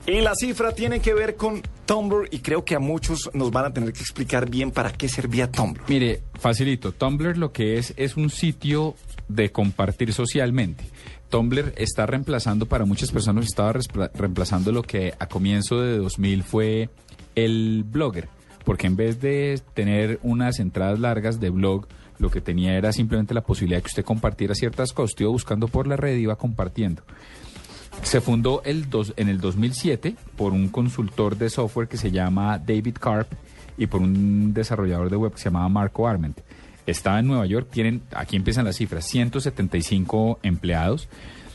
Y la cifra tiene que ver con Tumblr y creo que a muchos nos van a tener que explicar bien para qué servía Tumblr. Mire, facilito. Tumblr lo que es un sitio de compartir socialmente. Tumblr está reemplazando, para muchas personas estaba reemplazando lo que a comienzo de 2000 fue el Blogger, porque en vez de tener unas entradas largas de blog, lo que tenía era simplemente la posibilidad de que usted compartiera ciertas cosas. Usted iba buscando por la red y iba compartiendo. Se fundó en el 2007 por un consultor de software que se llama David Karp y por un desarrollador de web que se llamaba Marco Arment. Estaba en Nueva York, aquí empiezan las cifras, 175 empleados.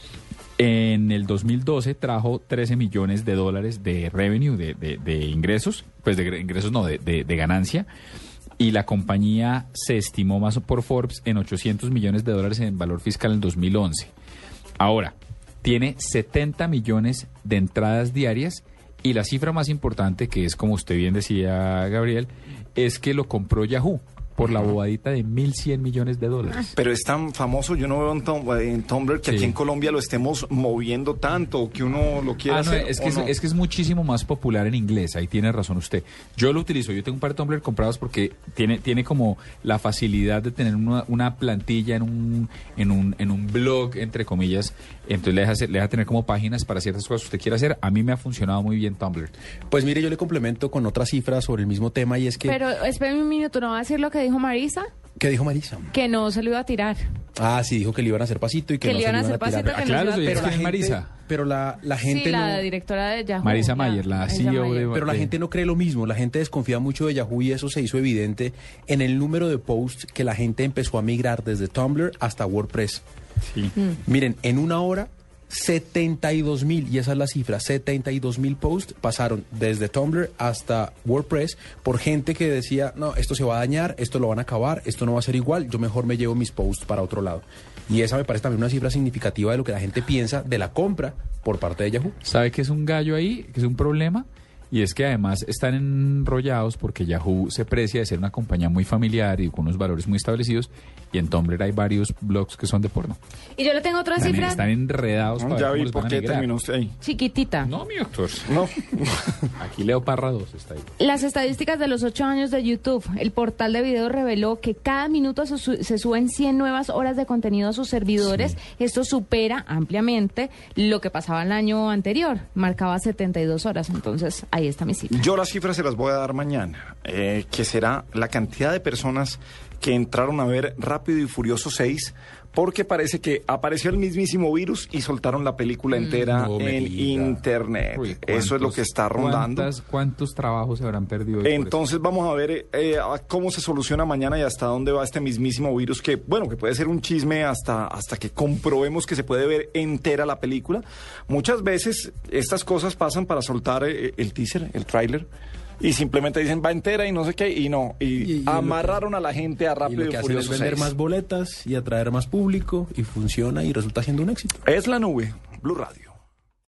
En el 2012 trajo $13 millones de revenue, de ingresos, pues de ingresos no, de ganancia. Y la compañía se estimó más por Forbes en $800 millones en valor fiscal en 2011. Ahora, tiene 70 millones de entradas diarias y la cifra más importante, que es como usted bien decía, Gabriel, es que lo compró Yahoo por la bobadita de $1.100 millones. Pero es tan famoso, yo no veo en Tumblr que aquí en Colombia lo estemos moviendo tanto, que uno lo quiera hacer. Es que es muchísimo más popular en inglés, ahí tiene razón usted. Yo lo utilizo, yo tengo un par de Tumblr comprados porque tiene como la facilidad de tener una plantilla en un blog, entre comillas, entonces le deja tener como páginas para ciertas cosas que usted quiera hacer. A mí me ha funcionado muy bien Tumblr. Pues mire, yo le complemento con otra cifra sobre el mismo tema y es que... Pero espérame un minuto, ¿no va a decir lo que dijo Marisa? ¿Qué dijo Marisa? Que no se lo iba a tirar. Ah, sí, dijo que le iban a hacer pasito y que no se lo iban a tirar. Claro, pero la gente, Marisa. Pero la gente sí, la no... directora de Yahoo. Marisa Mayer, la CEO de... Pero la gente no cree lo mismo, la gente desconfía mucho de Yahoo y eso se hizo evidente en el número de posts que la gente empezó a migrar desde Tumblr hasta WordPress. Sí. Miren, en una hora 72,000, y esa es la cifra, 72,000 posts pasaron desde Tumblr hasta WordPress por gente que decía, no, esto se va a dañar, esto lo van a acabar, esto no va a ser igual, yo mejor me llevo mis posts para otro lado. Y esa me parece también una cifra significativa de lo que la gente piensa de la compra por parte de Yahoo. ¿Sabe qué es un gallo ahí? ¿Qué es un problema? Y es que además están enrollados porque Yahoo se precia de ser una compañía muy familiar y con unos valores muy establecidos, y en Tumblr hay varios blogs que son de porno. Y yo le tengo otra cifra. Están enredados. Ya vi por qué terminó usted ahí. Chiquitita. No, mi doctor. No. Aquí Leo Parra 2 está ahí. Las estadísticas de los 8 años de YouTube. El portal de video reveló que cada minuto se suben 100 nuevas horas de contenido a sus servidores. Sí. Esto supera ampliamente lo que pasaba el año anterior. Marcaba 72 horas. Entonces, ahí está mi cifra. Yo las cifras se las voy a dar mañana, que será la cantidad de personas que entraron a ver Rápido y Furioso 6, porque parece que apareció el mismísimo virus y soltaron la película entera en internet. Uy, eso es lo que está rondando. ¿Cuántos trabajos se habrán perdido? Entonces vamos a ver cómo se soluciona mañana y hasta dónde va este mismísimo virus, que bueno, que puede ser un chisme hasta que comprobemos que se puede ver entera la película. Muchas veces estas cosas pasan para soltar el teaser, el tráiler, y simplemente dicen va entera y no sé qué, y no, y amarraron a la gente a Rápido y Furioso 6. Es vender más boletas y atraer más público, y funciona y resulta siendo un éxito. Es la nube, Blue Radio.